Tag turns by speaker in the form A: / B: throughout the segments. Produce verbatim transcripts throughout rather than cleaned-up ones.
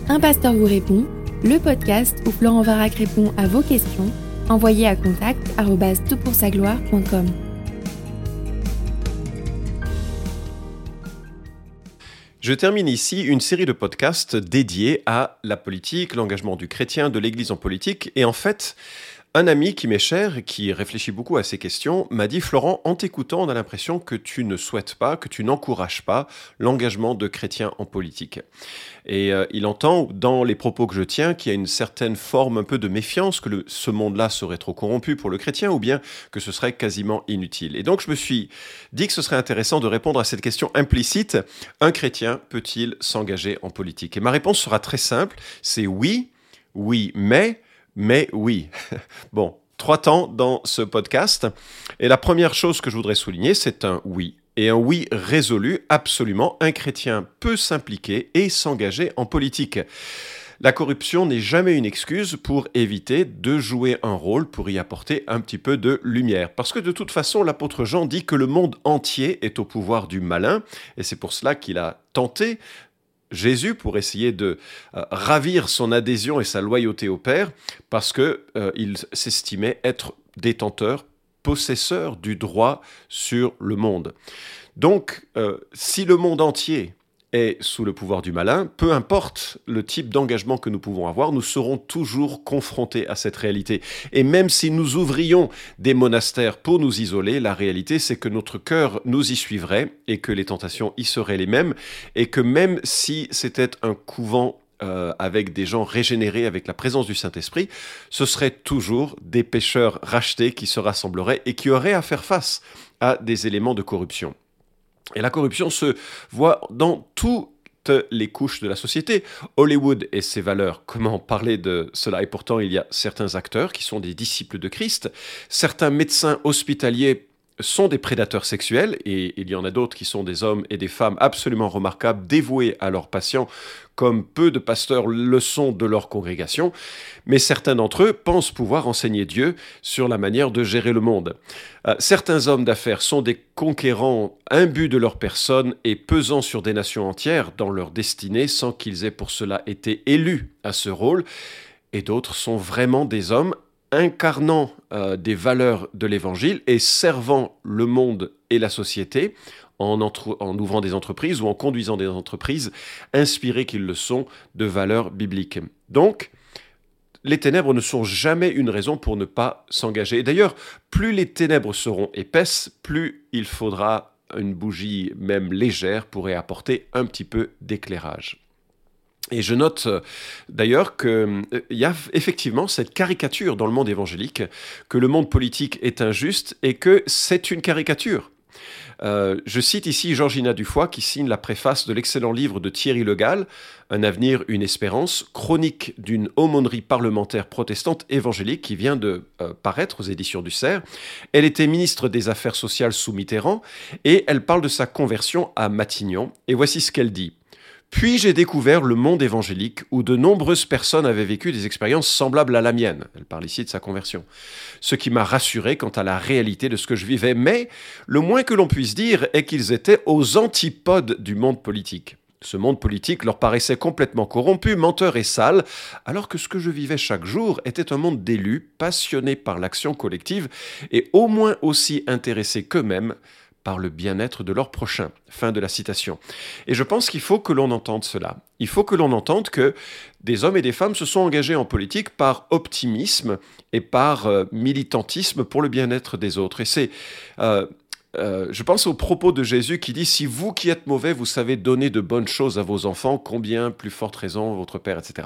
A: Un pasteur vous répond, le podcast où Florent Varac répond à vos questions, envoyez à contact arobase tout pour sa gloire point com.
B: Je termine ici une série de podcasts dédiés à la politique, l'engagement du chrétien, de l'Église en politique. Et en fait, un ami qui m'est cher, qui réfléchit beaucoup à ces questions, m'a dit « Florent, en t'écoutant, on a l'impression que tu ne souhaites pas, que tu n'encourages pas l'engagement de chrétiens en politique. » Et euh, il entend dans les propos que je tiens qu'il y a une certaine forme un peu de méfiance, que le, ce monde-là serait trop corrompu pour le chrétien, ou bien que ce serait quasiment inutile. Et donc je me suis dit que ce serait intéressant de répondre à cette question implicite. Un chrétien peut-il s'engager en politique ? Et ma réponse sera très simple, c'est oui, oui, mais... Mais oui. Bon, trois temps dans ce podcast. Et la première chose que je voudrais souligner, c'est un oui. Et un oui résolu, absolument. Un chrétien peut s'impliquer et s'engager en politique. La corruption n'est jamais une excuse pour éviter de jouer un rôle, pour y apporter un petit peu de lumière. Parce que de toute façon, l'apôtre Jean dit que le monde entier est au pouvoir du malin. Et c'est pour cela qu'il a tenté Jésus pour essayer de euh, ravir son adhésion et sa loyauté au Père, parce qu'il euh, s'estimait être détenteur, possesseur du droit sur le monde. Donc, euh, si le monde entier est sous le pouvoir du malin, peu importe le type d'engagement que nous pouvons avoir, nous serons toujours confrontés à cette réalité. Et même si nous ouvrions des monastères pour nous isoler, la réalité c'est que notre cœur nous y suivrait et que les tentations y seraient les mêmes, et que même si c'était un couvent euh, avec des gens régénérés, avec la présence du Saint-Esprit, ce seraient toujours des pécheurs rachetés qui se rassembleraient et qui auraient à faire face à des éléments de corruption. Et la corruption se voit dans toutes les couches de la société. Hollywood et ses valeurs, comment parler de cela ? Et pourtant, il y a certains acteurs qui sont des disciples de Christ. Certains médecins hospitaliers sont des prédateurs sexuels, et il y en a d'autres qui sont des hommes et des femmes absolument remarquables, dévoués à leurs patients, comme peu de pasteurs le sont de leur congrégation, mais certains d'entre eux pensent pouvoir enseigner Dieu sur la manière de gérer le monde. Euh, certains hommes d'affaires sont des conquérants imbus de leur personne et pesant sur des nations entières dans leur destinée sans qu'ils aient pour cela été élus à ce rôle, et d'autres sont vraiment des hommes incarnant euh, des valeurs de l'Évangile et servant le monde et la société en, entre, en ouvrant des entreprises ou en conduisant des entreprises, inspirés qu'ils le sont de valeurs bibliques. Donc, les ténèbres ne sont jamais une raison pour ne pas s'engager. Et d'ailleurs, plus les ténèbres seront épaisses, plus il faudra une bougie même légère pour y apporter un petit peu d'éclairage. Et je note euh, d'ailleurs qu'il euh, y a effectivement cette caricature dans le monde évangélique, que le monde politique est injuste et que c'est une caricature. Euh, je cite ici Georgina Dufoy qui signe la préface de l'excellent livre de Thierry Le Gall, Un avenir, une espérance, chronique d'une aumônerie parlementaire protestante évangélique qui vient de euh, paraître aux éditions du Cerf. Elle était ministre des Affaires sociales sous Mitterrand et elle parle de sa conversion à Matignon. Et voici ce qu'elle dit. Puis j'ai découvert le monde évangélique où de nombreuses personnes avaient vécu des expériences semblables à la mienne. Elle parle ici de sa conversion. Ce qui m'a rassuré quant à la réalité de ce que je vivais. Mais le moins que l'on puisse dire est qu'ils étaient aux antipodes du monde politique. Ce monde politique leur paraissait complètement corrompu, menteur et sale, alors que ce que je vivais chaque jour était un monde d'élus, passionnés par l'action collective et au moins aussi intéressés qu'eux-mêmes par le bien-être de leur prochain. Fin de la citation. Et je pense qu'il faut que l'on entende cela. Il faut que l'on entende que des hommes et des femmes se sont engagés en politique par optimisme et par euh, militantisme pour le bien-être des autres. Et c'est... Euh, Euh, je pense aux propos de Jésus qui dit « Si vous qui êtes mauvais, vous savez donner de bonnes choses à vos enfants, combien plus forte raison votre Père, et cetera »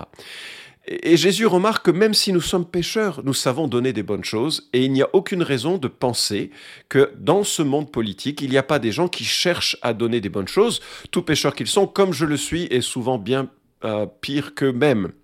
B: Et Jésus remarque que même si nous sommes pécheurs, nous savons donner des bonnes choses et il n'y a aucune raison de penser que dans ce monde politique, il n'y a pas des gens qui cherchent à donner des bonnes choses, tout pécheurs qu'ils sont, comme je le suis, et souvent bien euh, pire qu'eux-mêmes.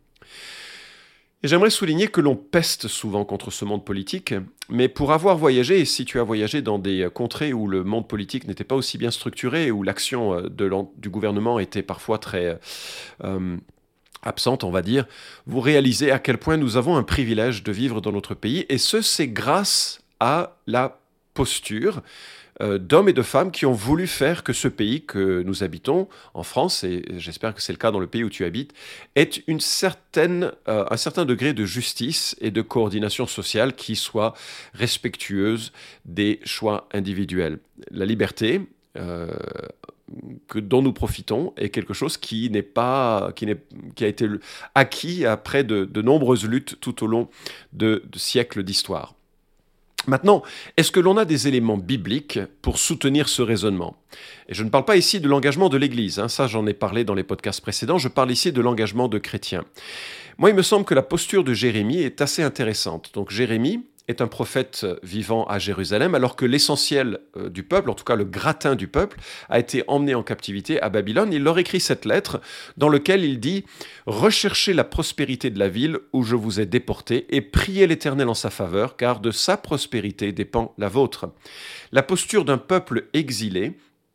B: Et j'aimerais souligner que l'on peste souvent contre ce monde politique, mais pour avoir voyagé, et si tu as voyagé dans des contrées où le monde politique n'était pas aussi bien structuré, où l'action de du gouvernement était parfois très euh, absente, on va dire, vous réalisez à quel point nous avons un privilège de vivre dans notre pays, et ce, c'est grâce à la posture euh, d'hommes et de femmes qui ont voulu faire que ce pays que nous habitons, en France, et j'espère que c'est le cas dans le pays où tu habites, ait une certaine, euh, un certain degré de justice et de coordination sociale qui soit respectueuse des choix individuels. La liberté, euh, que, dont nous profitons est quelque chose qui n'est pas, qui, n'est, qui a été acquis après de, de nombreuses luttes tout au long de, de siècles d'histoire. Maintenant, est-ce que l'on a des éléments bibliques pour soutenir ce raisonnement ? Et je ne parle pas ici de l'engagement de l'Église, hein, ça j'en ai parlé dans les podcasts précédents, je parle ici de l'engagement de chrétiens. Moi, il me semble que la posture de Jérémie est assez intéressante. Donc Jérémie est un prophète vivant à Jérusalem, alors que l'essentiel du peuple, en tout cas le gratin du peuple, a été emmené en captivité à Babylone. Il leur écrit cette lettre dans laquelle il dit « Recherchez la prospérité de la ville où je vous ai déportés et priez l'Éternel en sa faveur, car de sa prospérité dépend la vôtre. » La posture d'un peuple exilé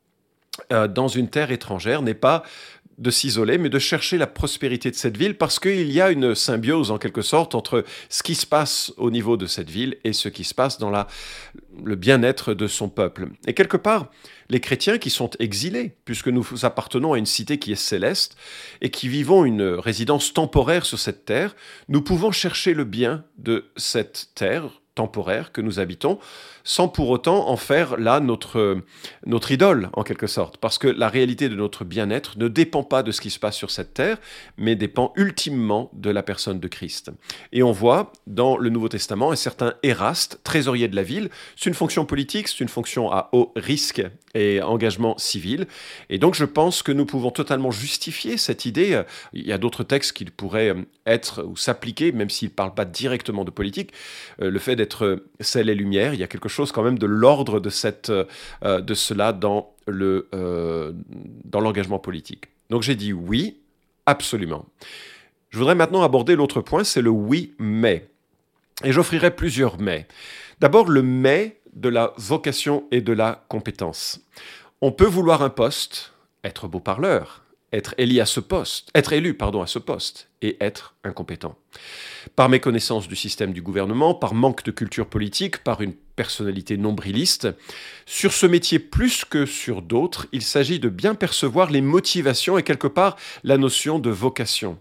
B: euh, dans une terre étrangère n'est pas de s'isoler, mais de chercher la prospérité de cette ville, parce qu'il y a une symbiose, en quelque sorte, entre ce qui se passe au niveau de cette ville et ce qui se passe dans la, le bien-être de son peuple. Et quelque part, les chrétiens qui sont exilés, puisque nous appartenons à une cité qui est céleste, et qui vivons une résidence temporaire sur cette terre, nous pouvons chercher le bien de cette terre temporaire que nous habitons, sans pour autant en faire là notre, notre idole, en quelque sorte. Parce que la réalité de notre bien-être ne dépend pas de ce qui se passe sur cette terre, mais dépend ultimement de la personne de Christ. Et on voit dans le Nouveau Testament un certain Éraste, trésorier de la ville. C'est une fonction politique, c'est une fonction à haut risque et engagement civil. Et donc je pense que nous pouvons totalement justifier cette idée. Il y a d'autres textes qui pourraient être ou s'appliquer, même s'ils ne parlent pas directement de politique. Le fait d'être sel et lumière, il y a quelque chose quand même de l'ordre de, cette, euh, de cela dans, le, euh, dans l'engagement politique. Donc j'ai dit oui, absolument. Je voudrais maintenant aborder l'autre point, c'est le oui, mais. Et j'offrirai plusieurs mais. D'abord, le mais de la vocation et de la compétence. On peut vouloir un poste, être beau parleur, être élu à ce poste, être élu pardon, à ce poste et être incompétent. Par méconnaissance du système du gouvernement, par manque de culture politique, par une personnalité nombriliste. Sur ce métier plus que sur d'autres, il s'agit de bien percevoir les motivations et quelque part la notion de vocation.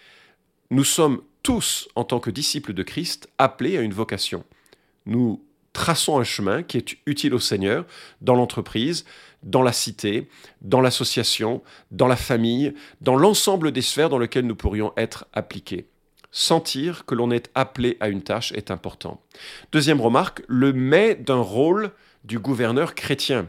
B: Nous sommes tous, en tant que disciples de Christ, appelés à une vocation. Nous traçons un chemin qui est utile au Seigneur dans l'entreprise, dans la cité, dans l'association, dans la famille, dans l'ensemble des sphères dans lesquelles nous pourrions être appliqués. Sentir que l'on est appelé à une tâche est important. Deuxième remarque, le mais d'un rôle du gouverneur chrétien.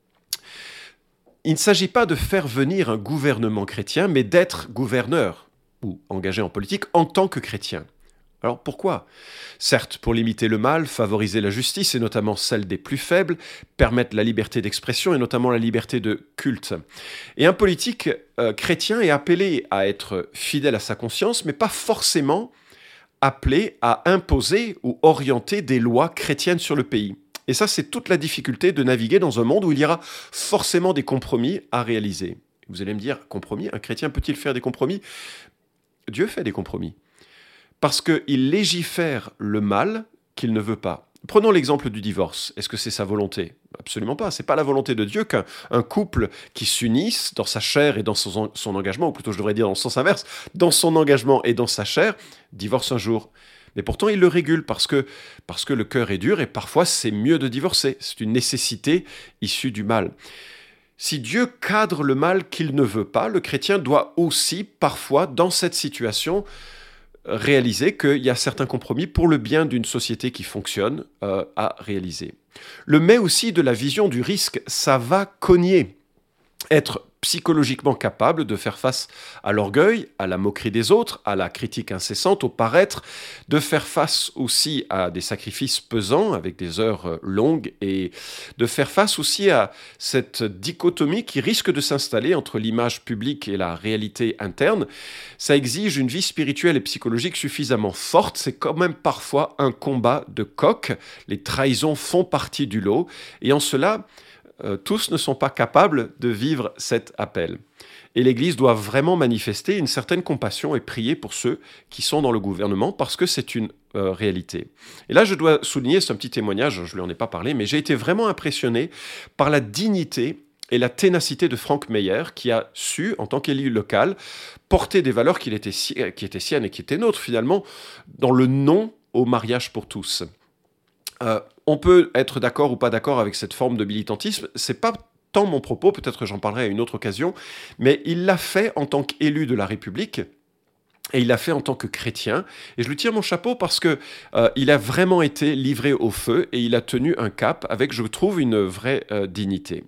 B: Il ne s'agit pas de faire venir un gouvernement chrétien, mais d'être gouverneur ou engagé en politique en tant que chrétien. Alors pourquoi ? Certes, pour limiter le mal, favoriser la justice, et notamment celle des plus faibles, permettre la liberté d'expression, et notamment la liberté de culte. Et un politique euh, chrétien est appelé à être fidèle à sa conscience, mais pas forcément appelé à imposer ou orienter des lois chrétiennes sur le pays. Et ça, c'est toute la difficulté de naviguer dans un monde où il y aura forcément des compromis à réaliser. Vous allez me dire, compromis ? Un chrétien peut-il faire des compromis ? Dieu fait des compromis. Parce qu'il légifère le mal qu'il ne veut pas. Prenons l'exemple du divorce. Est-ce que c'est sa volonté ? Absolument pas. Ce n'est pas la volonté de Dieu qu'un un couple qui s'unisse dans sa chair et dans son, son engagement, ou plutôt je devrais dire dans le sens inverse, dans son engagement et dans sa chair, divorce un jour. Mais pourtant, il le régule parce que, parce que le cœur est dur et parfois c'est mieux de divorcer. C'est une nécessité issue du mal. Si Dieu cadre le mal qu'il ne veut pas, le chrétien doit aussi parfois, dans cette situation, réaliser qu'il y a certains compromis pour le bien d'une société qui fonctionne euh, à réaliser. Le mais aussi de la vision du risque, ça va cogner. Être psychologiquement capable de faire face à l'orgueil, à la moquerie des autres, à la critique incessante, au paraître, de faire face aussi à des sacrifices pesants avec des heures longues et de faire face aussi à cette dichotomie qui risque de s'installer entre l'image publique et la réalité interne. Ça exige une vie spirituelle et psychologique suffisamment forte. C'est quand même parfois un combat de coq. Les trahisons font partie du lot et en cela, euh, tous ne sont pas capables de vivre cet appel. Et l'Église doit vraiment manifester une certaine compassion et prier pour ceux qui sont dans le gouvernement parce que c'est une euh, réalité. Et là, je dois souligner, c'est un petit témoignage, je ne lui en ai pas parlé, mais j'ai été vraiment impressionné par la dignité et la ténacité de Frank Meyer qui a su, en tant qu'élu local, porter des valeurs qui étaient, si, qui étaient siennes et qui étaient nôtres finalement, dans le non au mariage pour tous. Euh, on peut être d'accord ou pas d'accord avec cette forme de militantisme, c'est pas tant mon propos, peut-être que j'en parlerai à une autre occasion, mais il l'a fait en tant qu'élu de la République, et il l'a fait en tant que chrétien, et je lui tire mon chapeau parce que euh, il a vraiment été livré au feu, et il a tenu un cap avec, je trouve, une vraie euh, dignité.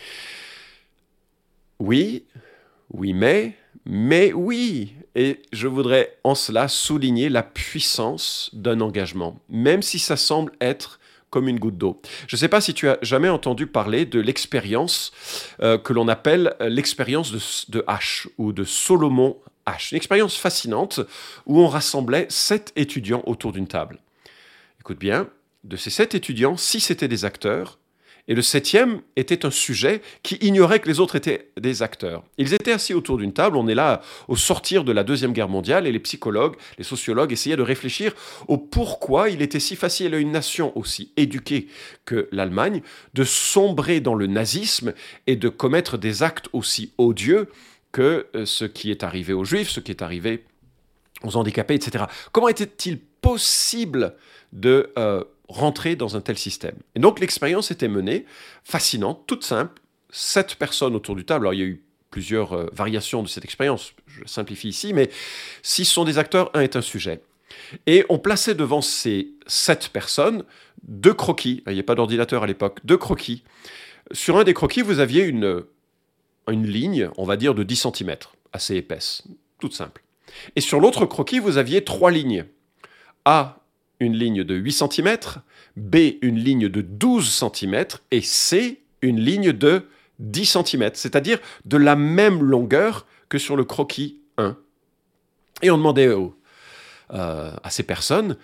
B: Oui, oui mais, mais oui, et je voudrais en cela souligner la puissance d'un engagement, même si ça semble être comme une goutte d'eau. Je ne sais pas si tu as jamais entendu parler de l'expérience euh, que l'on appelle l'expérience de, de H ou de Solomon H. Une expérience fascinante où on rassemblait sept étudiants autour d'une table. Écoute bien, de ces sept étudiants, six étaient des acteurs et le septième était un sujet qui ignorait que les autres étaient des acteurs. Ils étaient assis autour d'une table, on est là au sortir de la Deuxième Guerre mondiale, et les psychologues, les sociologues essayaient de réfléchir au pourquoi il était si facile à une nation aussi éduquée que l'Allemagne de sombrer dans le nazisme et de commettre des actes aussi odieux que ce qui est arrivé aux Juifs, ce qui est arrivé aux handicapés, et cetera. Comment était-il possible de euh, rentrer dans un tel système? Et donc l'expérience était menée, fascinante, toute simple, sept personnes autour du table. Alors il y a eu plusieurs euh, variations de cette expérience, je simplifie ici, mais six sont des acteurs, un est un sujet. Et on plaçait devant ces sept personnes deux croquis, il n'y avait pas d'ordinateur à l'époque, deux croquis. Sur un des croquis, vous aviez une, une ligne, on va dire, de dix centimètres, assez épaisse, toute simple. Et sur l'autre croquis, vous aviez trois lignes. A, une ligne de huit centimètres, B, une ligne de douze centimètres, et C, une ligne de dix centimètres, c'est-à-dire de la même longueur que sur le croquis un. Et on demandait aux, euh, à ces personnes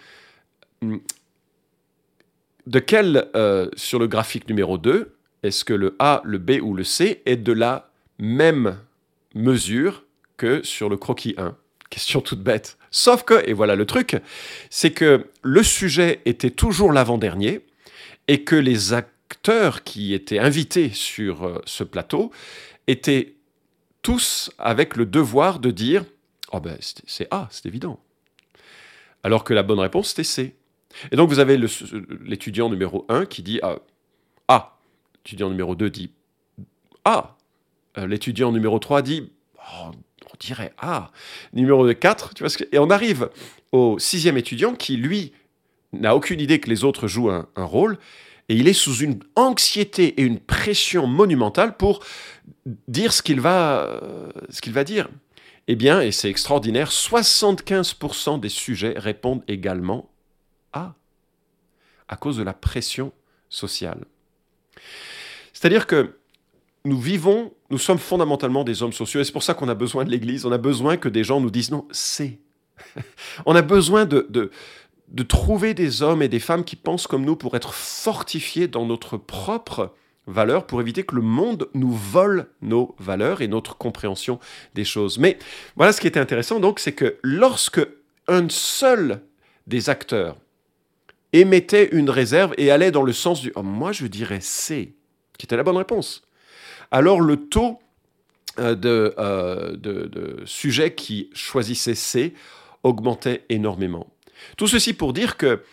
B: de quel, euh, sur le graphique numéro deux, est-ce que le A, le B ou le C est de la même mesure que sur le croquis un. Question toute bête. Sauf que, et voilà le truc, c'est que le sujet était toujours l'avant-dernier et que les acteurs qui étaient invités sur euh, ce plateau étaient tous avec le devoir de dire « Oh ben, c'est, c'est A, c'est évident ». Alors que la bonne réponse, c'était C. Et donc, vous avez le, l'étudiant numéro un qui dit ah, « A ». L'étudiant numéro deux dit « A ». L'étudiant numéro trois dit oh, on dirait ah. Numéro quatre, tu vois ce que... Et on arrive au sixième étudiant qui, lui, n'a aucune idée que les autres jouent un, un rôle, et il est sous une anxiété et une pression monumentale pour dire ce qu'il va, euh, ce qu'il va dire. Eh bien, et c'est extraordinaire, soixante-quinze pour cent des sujets répondent également ah, à cause de la pression sociale. C'est-à-dire que nous vivons, nous sommes fondamentalement des hommes sociaux, et c'est pour ça qu'on a besoin de l'Église, on a besoin que des gens nous disent non, c'est. On a besoin de, de, de trouver des hommes et des femmes qui pensent comme nous pour être fortifiés dans notre propre valeur, pour éviter que le monde nous vole nos valeurs et notre compréhension des choses. Mais voilà ce qui était intéressant, donc, c'est que lorsque un seul des acteurs émettait une réserve et allait dans le sens du oh, « moi je dirais c'est », qui était la bonne réponse, alors le taux euh, de, euh, de, de sujets qui choisissaient C augmentait énormément. Tout ceci pour dire que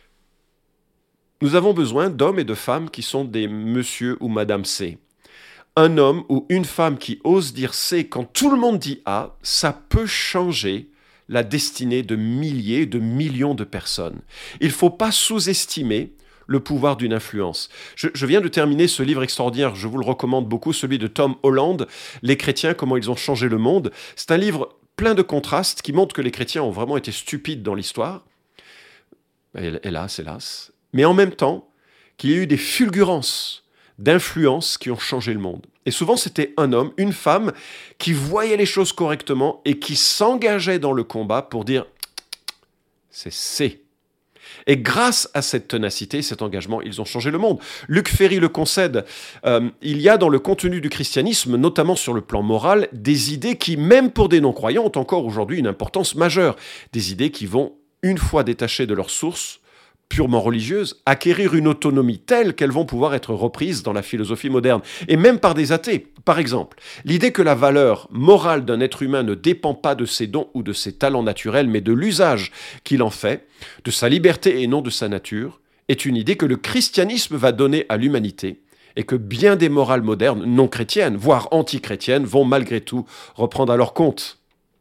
B: nous avons besoin d'hommes et de femmes qui sont des monsieur ou madame C. Un homme ou une femme qui ose dire C quand tout le monde dit A, ça peut changer la destinée de milliers, de millions de personnes. Il ne faut pas sous-estimer le pouvoir d'une influence. Je, je viens de terminer ce livre extraordinaire, je vous le recommande beaucoup, celui de Tom Holland, « Les chrétiens, comment ils ont changé le monde ». C'est un livre plein de contrastes qui montre que les chrétiens ont vraiment été stupides dans l'histoire. Hélas, hélas. Mais en même temps, qu'il y a eu des fulgurances d'influences qui ont changé le monde. Et souvent, c'était un homme, une femme, qui voyait les choses correctement et qui s'engageait dans le combat pour dire « c'est C ». Et grâce à cette ténacité, cet engagement, ils ont changé le monde. Luc Ferry le concède. Euh, il y a dans le contenu du christianisme, notamment sur le plan moral, des idées qui, même pour des non-croyants, ont encore aujourd'hui une importance majeure. Des idées qui vont, une fois détachées de leur source purement religieuse, acquérir une autonomie telle qu'elles vont pouvoir être reprises dans la philosophie moderne, et même par des athées. Par exemple, l'idée que la valeur morale d'un être humain ne dépend pas de ses dons ou de ses talents naturels, mais de l'usage qu'il en fait, de sa liberté et non de sa nature, est une idée que le christianisme va donner à l'humanité, et que bien des morales modernes non chrétiennes, voire anti-chrétiennes, vont malgré tout reprendre à leur compte.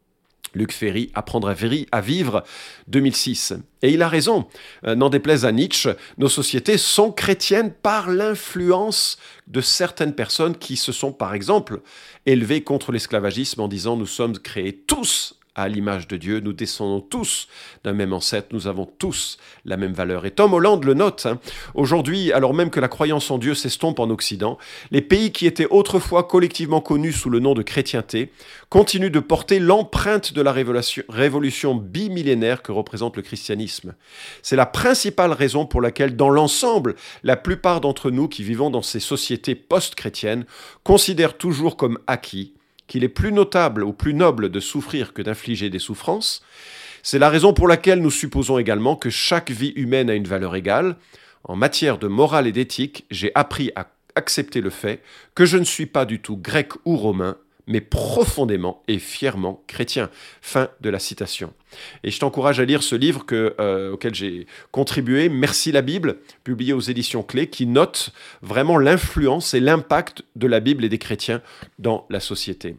B: Luc Ferry, Apprendre à vivre, deux mille six. Et il a raison, euh, n'en déplaise à Nietzsche, nos sociétés sont chrétiennes par l'influence de certaines personnes qui se sont, par exemple, élevées contre l'esclavagisme en disant « Nous sommes créés tous à l'image de Dieu, nous descendons tous d'un même ancêtre, nous avons tous la même valeur. » Et Tom Holland le note. Hein. Aujourd'hui, alors même que la croyance en Dieu s'estompe en Occident, les pays qui étaient autrefois collectivement connus sous le nom de chrétienté continuent de porter l'empreinte de la révolution, révolution bimillénaire que représente le christianisme. C'est la principale raison pour laquelle, dans l'ensemble, la plupart d'entre nous qui vivons dans ces sociétés post-chrétiennes considèrent toujours comme acquis qu'il est plus notable ou plus noble de souffrir que d'infliger des souffrances. C'est la raison pour laquelle nous supposons également que chaque vie humaine a une valeur égale. En matière de morale et d'éthique, j'ai appris à accepter le fait que je ne suis pas du tout grec ou romain, mais profondément et fièrement chrétien. Fin de la citation. Et je t'encourage à lire ce livre que, euh, auquel j'ai contribué, Merci la Bible, publié aux éditions Clés, qui note vraiment l'influence et l'impact de la Bible et des chrétiens dans la société.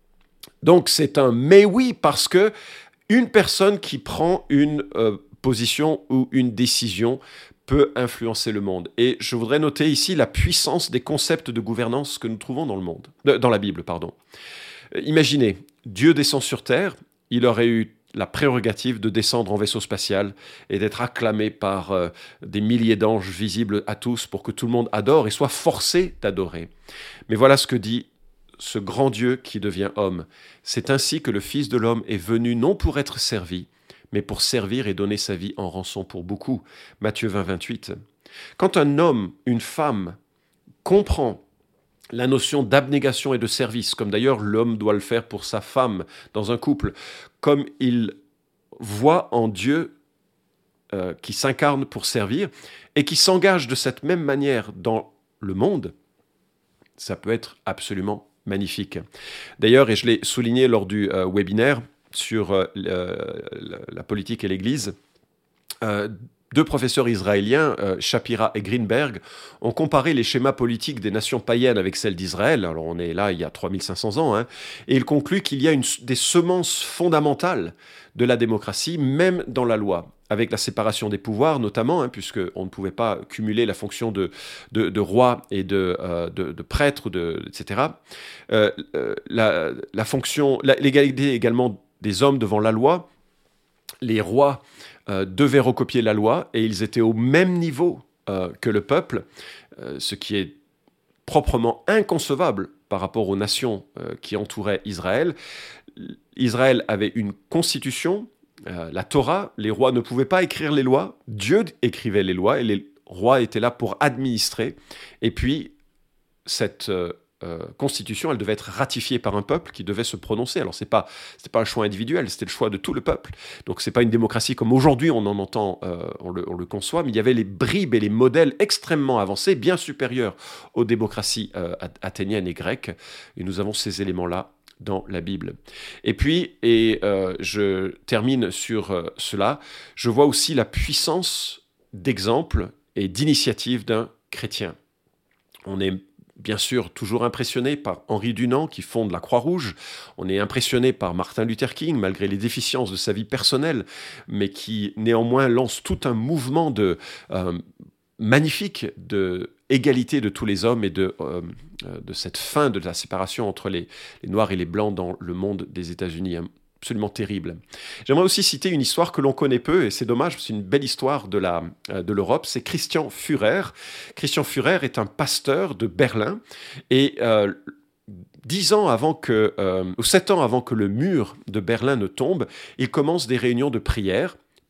B: Donc c'est un mais oui, parce que une personne qui prend une euh, position ou une décision peut influencer le monde. Et je voudrais noter ici la puissance des concepts de gouvernance que nous trouvons dans le monde, euh, dans la Bible, pardon. Euh, imaginez, Dieu descend sur terre, il aurait eu la prérogative de descendre en vaisseau spatial et d'être acclamé par euh, des milliers d'anges visibles à tous pour que tout le monde adore et soit forcé d'adorer. Mais voilà ce que dit ce grand Dieu qui devient homme. C'est ainsi que le Fils de l'homme est venu non pour être servi, mais pour servir et donner sa vie en rançon pour beaucoup. Matthieu vingt, vingt-huit. Quand un homme, une femme, comprend la notion d'abnégation et de service, comme d'ailleurs l'homme doit le faire pour sa femme dans un couple, comme il voit en Dieu euh, qui s'incarne pour servir et qui s'engage de cette même manière dans le monde, ça peut être absolument magnifique. D'ailleurs, et je l'ai souligné lors du euh, webinaire sur euh, la, la politique et l'Église, euh, deux professeurs israéliens, euh, Shapira et Greenberg, ont comparé les schémas politiques des nations païennes avec celles d'Israël. Alors on est là il y a trois mille cinq cents ans, hein, et ils concluent qu'il y a une, des semences fondamentales de la démocratie, même dans la loi, avec la séparation des pouvoirs notamment, hein, puisqu'on ne pouvait pas cumuler la fonction de, de, de roi et de, euh, de, de prêtre, de, et cetera. Euh, la, la fonction, la, l'égalité également des hommes devant la loi. Les rois euh, devaient recopier la loi et ils étaient au même niveau euh, que le peuple, euh, ce qui est proprement inconcevable par rapport aux nations euh, qui entouraient Israël. Israël avait une constitution, euh, la Torah, les rois ne pouvaient pas écrire les lois, Dieu écrivait les lois et les rois étaient là pour administrer. Et puis, cette euh, Euh, constitution, elle devait être ratifiée par un peuple qui devait se prononcer. Alors, ce n'est pas, c'était pas un choix individuel, c'était le choix de tout le peuple. Donc, ce n'est pas une démocratie comme aujourd'hui on en entend, euh, on, le, on le conçoit, mais il y avait les bribes et les modèles extrêmement avancés, bien supérieurs aux démocraties euh, athéniennes et grecques. Et nous avons ces éléments-là dans la Bible. Et puis, et euh, je termine sur euh, cela, je vois aussi la puissance d'exemple et d'initiative d'un chrétien. On est bien sûr toujours impressionné par Henri Dunant qui fonde la Croix-Rouge. On est impressionné par Martin Luther King, malgré les déficiences de sa vie personnelle, mais qui néanmoins lance tout un mouvement de, euh, magnifique de égalité de tous les hommes et de, euh, de cette fin de la séparation entre les, les Noirs et les Blancs dans le monde des États-Unis. Absolument terrible. J'aimerais aussi citer une histoire que l'on connaît peu, et c'est dommage, c'est une belle histoire de, la, de l'Europe, c'est Christian Führer. Christian Führer est un pasteur de Berlin, et euh, dix ans avant que, euh, ou sept ans avant que le mur de Berlin ne tombe, il commence des réunions de prière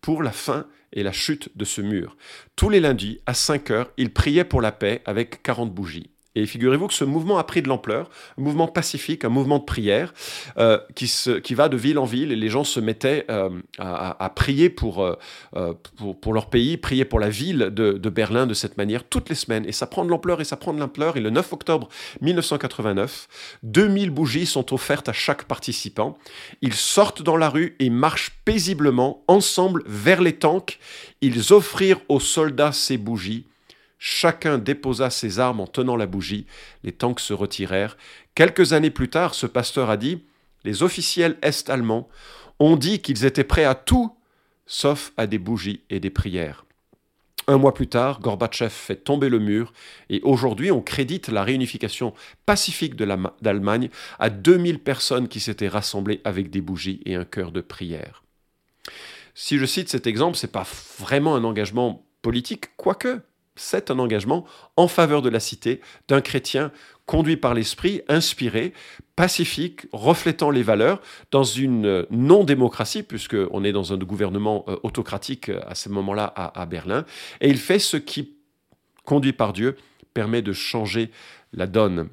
B: pour la fin et la chute de ce mur. Tous les lundis, à cinq heures, il priait pour la paix avec quarante bougies. Et figurez-vous que ce mouvement a pris de l'ampleur, un mouvement pacifique, un mouvement de prière euh, qui, se, qui va de ville en ville et les gens se mettaient euh, à, à prier pour, euh, pour, pour leur pays, prier pour la ville de, de Berlin de cette manière toutes les semaines. Et ça prend de l'ampleur et ça prend de l'ampleur. Et le neuf octobre mille neuf cent quatre-vingt-neuf, deux mille bougies sont offertes à chaque participant. Ils sortent dans la rue et marchent paisiblement ensemble vers les tanks. Ils offrirent aux soldats ces bougies. Chacun déposa ses armes en tenant la bougie. Les tanks se retirèrent. Quelques années plus tard, ce pasteur a dit « Les officiels est-allemands ont dit qu'ils étaient prêts à tout, sauf à des bougies et des prières. » Un mois plus tard, Gorbatchev fait tomber le mur et aujourd'hui, on crédite la réunification pacifique de la, d'Allemagne à deux mille personnes qui s'étaient rassemblées avec des bougies et un cœur de prière. Si je cite cet exemple, ce n'est pas vraiment un engagement politique, quoique c'est un engagement en faveur de la cité d'un chrétien conduit par l'esprit, inspiré, pacifique, reflétant les valeurs dans une non-démocratie, puisqu'on est dans un gouvernement autocratique à ce moment-là à, à Berlin. Et il fait ce qui, conduit par Dieu, permet de changer la donne.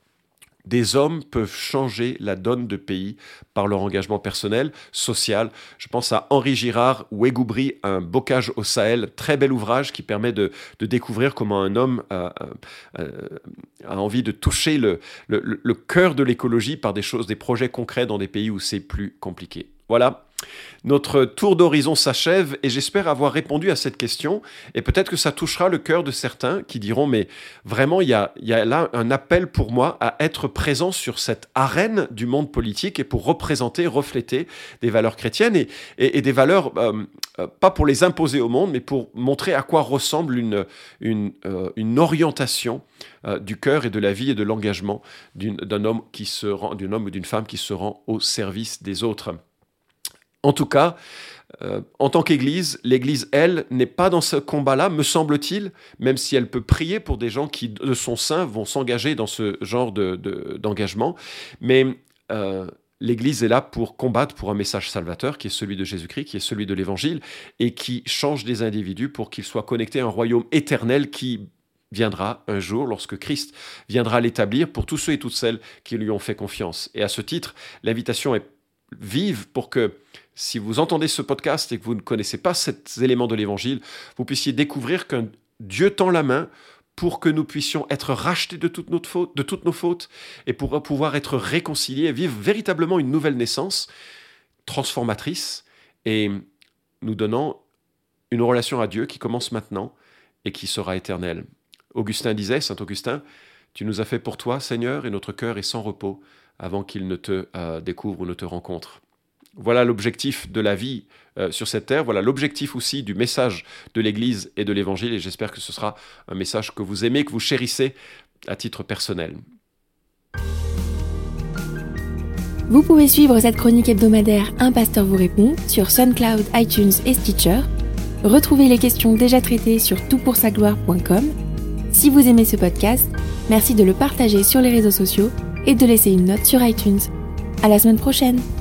B: Des hommes peuvent changer la donne de pays par leur engagement personnel, social. Je pense à Henri Girard, Ouégoubri, un bocage au Sahel, très bel ouvrage qui permet de, de découvrir comment un homme a, a, a envie de toucher le, le, le cœur de l'écologie par des choses, des projets concrets dans des pays où c'est plus compliqué. Voilà. Notre tour d'horizon s'achève et j'espère avoir répondu à cette question et peut-être que ça touchera le cœur de certains qui diront mais vraiment il y a, il y a là un appel pour moi à être présent sur cette arène du monde politique et pour représenter, refléter des valeurs chrétiennes et, et, et des valeurs euh, euh, pas pour les imposer au monde mais pour montrer à quoi ressemble une, une, euh, une orientation euh, du cœur et de la vie et de l'engagement d'une, d'un homme qui se rend, d'un homme ou d'une femme qui se rend au service des autres. En tout cas, euh, en tant qu'Église, l'Église, elle, n'est pas dans ce combat-là, me semble-t-il, même si elle peut prier pour des gens qui, de son sein, vont s'engager dans ce genre de, de, d'engagement. Mais euh, l'Église est là pour combattre pour un message salvateur, qui est celui de Jésus-Christ, qui est celui de l'Évangile, et qui change des individus pour qu'ils soient connectés à un royaume éternel qui viendra un jour lorsque Christ viendra l'établir pour tous ceux et toutes celles qui lui ont fait confiance. Et à ce titre, l'invitation est vive pour que si vous entendez ce podcast et que vous ne connaissez pas ces éléments de l'Évangile, vous puissiez découvrir qu'un Dieu tend la main pour que nous puissions être rachetés de toutes, notre faute, de toutes nos fautes et pour pouvoir être réconciliés et vivre véritablement une nouvelle naissance transformatrice et nous donnant une relation à Dieu qui commence maintenant et qui sera éternelle. Augustin disait, Saint Augustin, « Tu nous as fait pour toi, Seigneur, et notre cœur est sans repos avant qu'il ne te euh, découvre ou ne te rencontre. » Voilà l'objectif de la vie euh, sur cette terre, voilà l'objectif aussi du message de l'Église et de l'Évangile, et j'espère que ce sera un message que vous aimez, que vous chérissez à titre personnel.
A: Vous pouvez suivre cette chronique hebdomadaire Un pasteur vous répond sur SoundCloud, iTunes et Stitcher. Retrouvez les questions déjà traitées sur tout pour sa gloire point com. Si vous aimez ce podcast, merci de le partager sur les réseaux sociaux et de laisser une note sur iTunes. À la semaine prochaine!